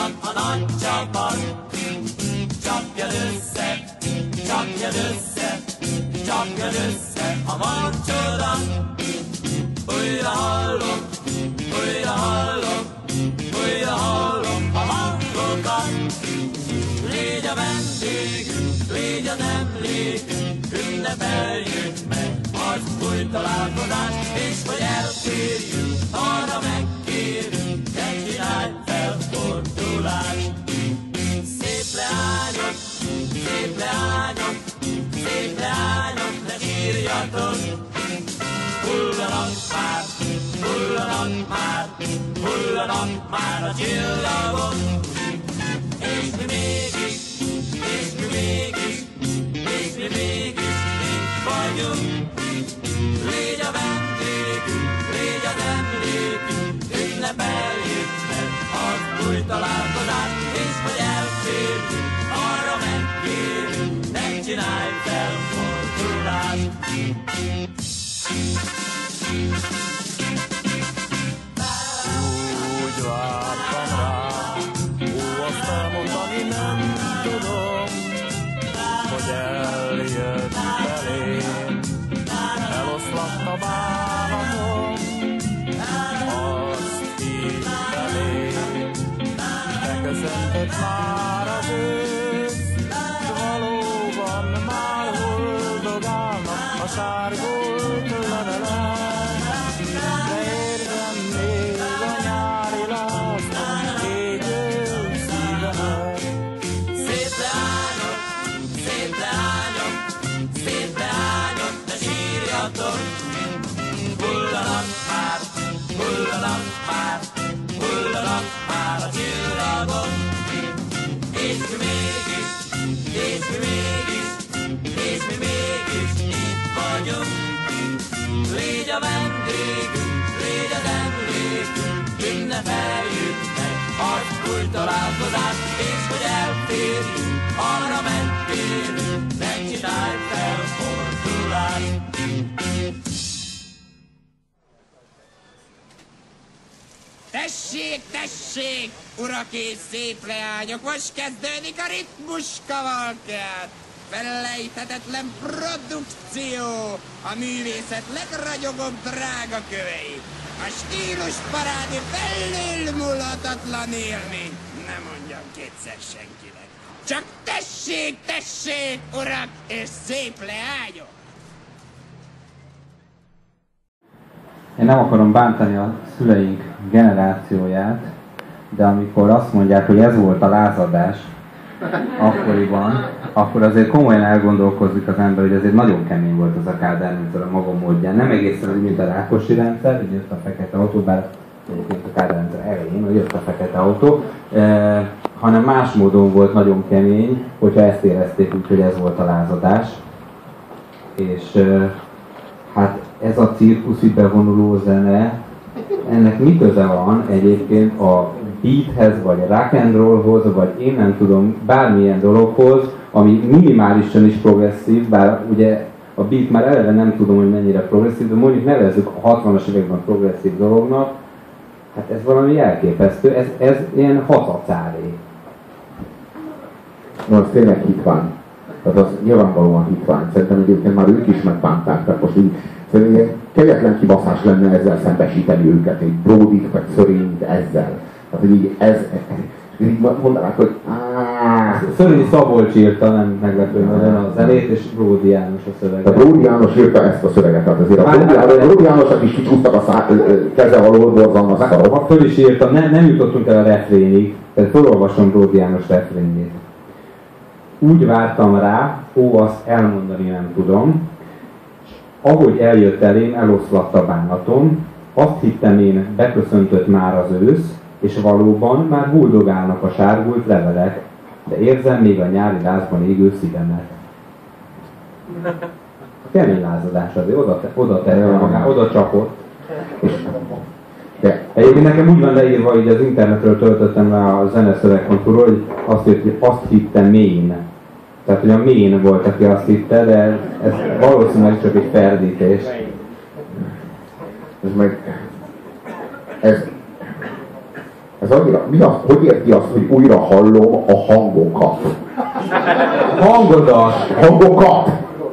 van a nagy csapat. Csapjad össze, csapjad össze, csapjad össze a mancsoda. Újra hallom, újra hallom, újra hallom a hangokat. Légy a vendégünk, légy a nemlékünk, ünnepeljük meg az új találkozást, és hogy elférjünk, arra megkérjünk, ne csinálj felfordulást. Szép leányok, szép leányok, szép leányok, ne sírjatok. Hullanak már, hullanak már, hullanak már a csillagok. És mi mégis, és mi mégis, és mi mégis itt vagyunk. Légy a vendégünk, légy az emlékünk, ünnepeljük meg az új találkozást, és hogy elférjünk, arra megkérjünk, ne csinálj felfordulást. Úgy vártam rá, ó, azt elmondani nem tudom, hogy eljött felém, eloszlott a bánatom, azt hittem én, beköszöntött már az ősz, s valóban már boldogálnak a sárgult levelek. Hullanak már, hullanak már, hullanak már a csillagok. És mi mégis, és mi mégis, és mi mégis itt vagyunk. Légy a vendégünk, légy az emlékünk, ünnepeljük meg az új találkozást, és hogy elférjünk, arra megtérjünk, ne csinálj felfordulást. Tessék, tessék, urak és szép leányok, most kezdődik a ritmus kavalkád. Felejthetetlen produkció, a művészet legragyogóbb drága kövei. A stílus parádi felülmúlhatatlan élmény, nem mondjam kétszer senkinek. Csak tessék, tessék, urak és szép leányok! Én nem akarom bántani a szüleink generációját, de amikor azt mondják, hogy ez volt a lázadás akkoriban, akkor azért komolyan elgondolkozik az ember, hogy azért nagyon kemény volt az a Kádár rendszer a maga módján. Nem egészen úgy, mint a Rákosi rendszer, hogy jött a fekete autó, bár egyébként a Kádár rendszer elején, hogy jött a fekete autó, hanem más módon volt nagyon kemény, hogyha ezt érezték úgy, hogy ez volt a lázadás. És hát ez a cirkuszi bevonuló zene, ennek mi köze van egyébként a beathez, vagy a rock and rollhoz, vagy én nem tudom, bármilyen dologhoz, ami minimálisan is progresszív, bár ugye a beat már eleve nem tudom, hogy mennyire progresszív, de mondjuk nevezzük a 60-as években progresszív dolognak, hát ez valami elképesztő, ez ilyen hatacáré. No, az tényleg hitvány. Tehát az nyilvánvalóan hitvány. Szerintem egyébként már ők is megbánták, tehát most így szerintem kegyetlen kibaszás lenne ezzel szembesíteni őket, egy Bródit, vagy Szörényt ezzel. Tehát, hogy így így mondanák, hogy Szörényi Szabolcs írta, nem meglepő módon a zenét, és Bródi János a szöveget. A Bródi János írta ezt a szöveget, tehát azért a Bródi Jánosnak is kicsúsztak a keze alól, borzalmas szarok. Föl is írta, nem jutottunk el a refrénig, tehát felolvasom Bródi János refrénjét. Úgy vártam rá, ó, azt elmondani nem tudom, ahogy eljött elém, eloszlatt a bánatom, azt hittem én, beköszöntött már az ősz, és valóban már buldogálnak a sárgult levelek, de érzem még a nyári lázban égő szívemet. A kemény lázadás azért oda terül magá, oda csapott. Egyébként nekem úgy van leírva, hogy az internetről töltöttem le a zeneszöveg.hu-ról, hogy azt írt, hogy azt hittem én. Tehát, hogy a mén volt, aki azt hitte, de ez valószínűleg csak egy ferdítés. Ez annyira, hogy érti azt, hogy újra hallom a hangokat? Hangokat!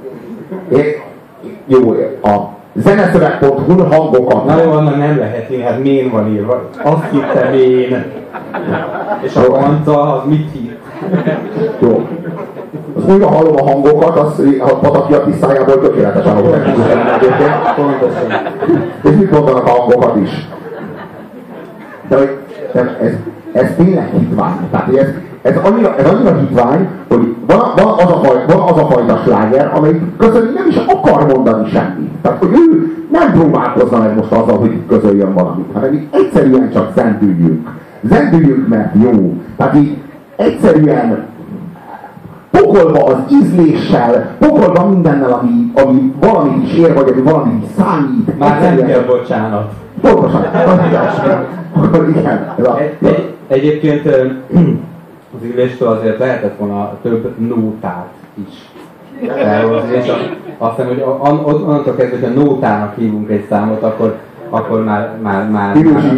Jó, a zeneszöveg.hu hangokat. Na jó, annak nem lehet írni, hát mén van írva. Azt hittem én. És a Anca, az mit hitt? Jó. Az újra hallom a hangokat, az a Pataki a tisztájából tökéletesen autentikus egyébként. És mit mondanak a hangokat is? De ez tényleg hitvány. Tehát ez annyira hitvány, hogy van az a fajta sláger, amely közben nem is akar mondani semmit. Tehát, hogy ő nem próbálkozna meg most azzal, hogy közöljön valamit, hanem így egyszerűen csak zendüljünk. Zendüljünk, mert jó. Tehát így egyszerűen pokolva az ízléssel, pokolva mindennel, ami valamit is ér, vagy ami valamit is számít. Már nem kell bocsánat. Pontosan. Akkor igen. Egyébként az Illéstől azért lehetett volna több nótát is felhozni, és azt hiszem, hogy onnantól kezdve, hogy a nótának hívunk egy számot, akkor már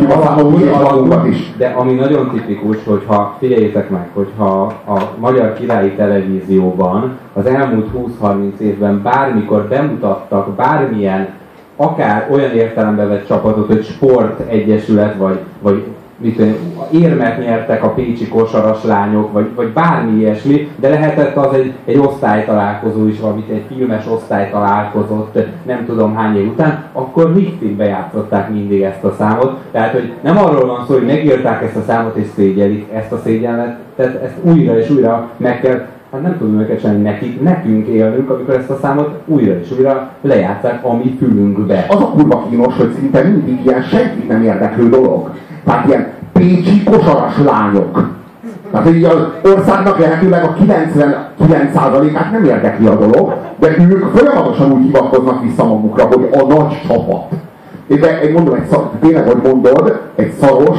de ami nagyon tipikus, hogyha figyeljétek meg, hogyha a Magyar Királyi Televízióban az elmúlt 20-30 évben bármikor bemutattak bármilyen, akár olyan értelembe vett csapatot, hogy sportegyesület, vagy mit tudom, érmet nyertek a pécsi kosaras lányok, vagy bármi ilyesmi, de lehetett az egy osztálytalálkozó is, valamit egy filmes osztálytalálkozott nem tudom hány év után, akkor Richtingbe játszották mindig ezt a számot. Tehát, hogy nem arról van szó, hogy megírták ezt a számot és szégyelik ezt a szégyenletet, ezt újra és újra meg kell, hát nem tudom őket csinálni, nekünk élnünk, amikor ezt a számot újra és újra lejátszák a mi fülünkbe. Az a kurva kínos, hogy szinte mindig ilyen senkit nem érdeklő dolog. Tehát ilyen pécsi kosaras lányok. Tehát így az országnak lehetőleg a 99%-át nem érdekli a dolog, de ők folyamatosan úgy hivatkoznak vissza magukra, hogy a nagy csapat. Én mondom, tényleg, hogy mondod, egy szaros,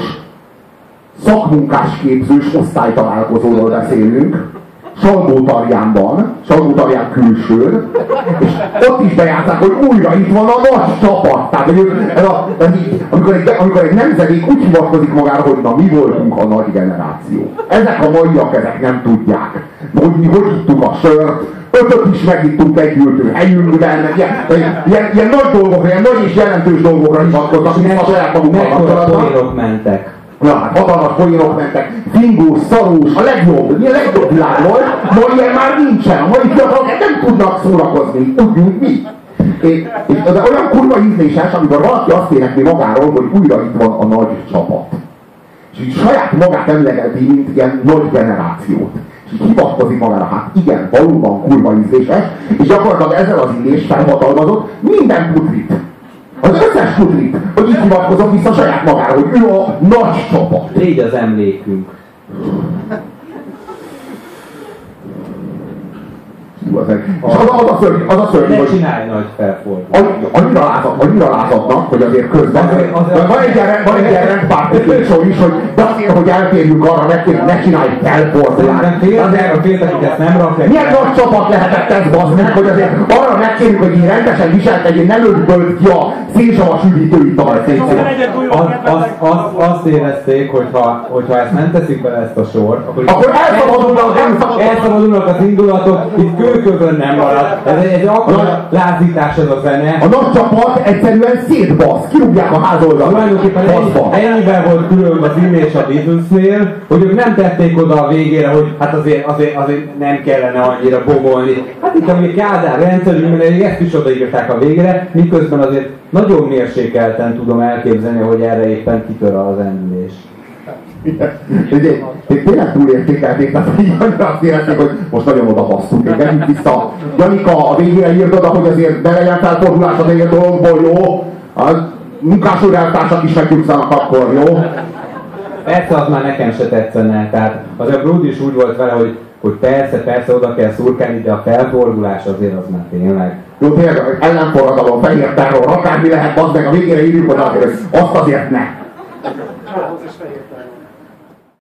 szakmunkásképzős osztálytalálkozóról beszélünk, Salgótarján külsőn, és ott is bejátszák, hogy újra itt van a nagy csapat. Tehát, hogy amikor egy nemzedék úgy hivatkozik magára, hogy na mi voltunk a nagy generáció. Ezek a maiak, ezek nem tudják, hogy mi hogy ittuk a sört, ötöt is megittunk egy ültő helyünkben, ilyen nagy dolgokra, ilyen nagy és jelentős dolgokra hivatkoznak, mint a saját magukkal kapcsolatban. Mentek. Ja, hát hatalmas poénok mentek, fingós, szarós, a legjobb világról, ma ilyen már nincsen, a mai fiatalok nem tudnak szórakozni, úgy, mint mi. De olyan kurva ízléses, amikor valaki azt énekli magáról, hogy újra itt van a nagy csapat. És így saját magát emlegeti, mint ilyen nagy generációt. És így hivatkozik magára, hát igen, valóban kurva ízléses, és gyakorlatilag ezzel az ízlés felhatalmazott minden putrit. Az összes putrit, hogy így hivatkozom vissza saját magára, hogy ő a nagy csapat. Légy az emlékünk. És az a szörnyű, hogy csinálj nagy felfordulót. annyira lázadnak, hogy azért közben van egy ilyen rendpárti sor is, hogy de azért, hogy eltérjünk arra, ne csinálj felfordulást. Azért féltek, hogy ezt nem rakják. Milyen nagy csapat lehetett ez, bazd meg, hogy azért arra megkérjük, hogy így rendesen viselkedjél, ne lőd ki a szénsavas üdítő ital. Azt érezték, hogyha ezt nem teszik bele ezt a sort, akkor elszabadulnak az indulatok, itt kőkövön nem marad. Ez akkora lázítás ez a zene. A nagy csapat egyszerűen szétbasz, kirúgják a házoldalra. Tulajdonképpen ennyivel volt különb az Illés a Beatlesnél, hogy ők nem tették oda a végére, hogy hát azért nem kellene annyira bomolni. Hát itt ami Kádár rendszerűen, ezt is odaírták a végére, miközben azért nagyon mérsékelten tudom elképzelni, hogy erre éppen kitör az endülés. Tényleg túlértékelték, tehát azt érezték, hogy most nagyon oda basszunk, egy vegyük vissza. Janika, a végére írd oda, hogy azért ne legyen felfordulás az egyet dologból, jó? A munkásúr eltársak is megnyugszanak akkor, jó? Persze, az már nekem se tetszene, tehát az a Brody is úgy volt vele, hogy persze oda kell szurkálni, de a felfordulás azért az már tényleg. Jó, tényleg ellenforradalom, fehér terror, akármi lehet, bazd meg, a végére írjuk oda, hogy azt azért ne.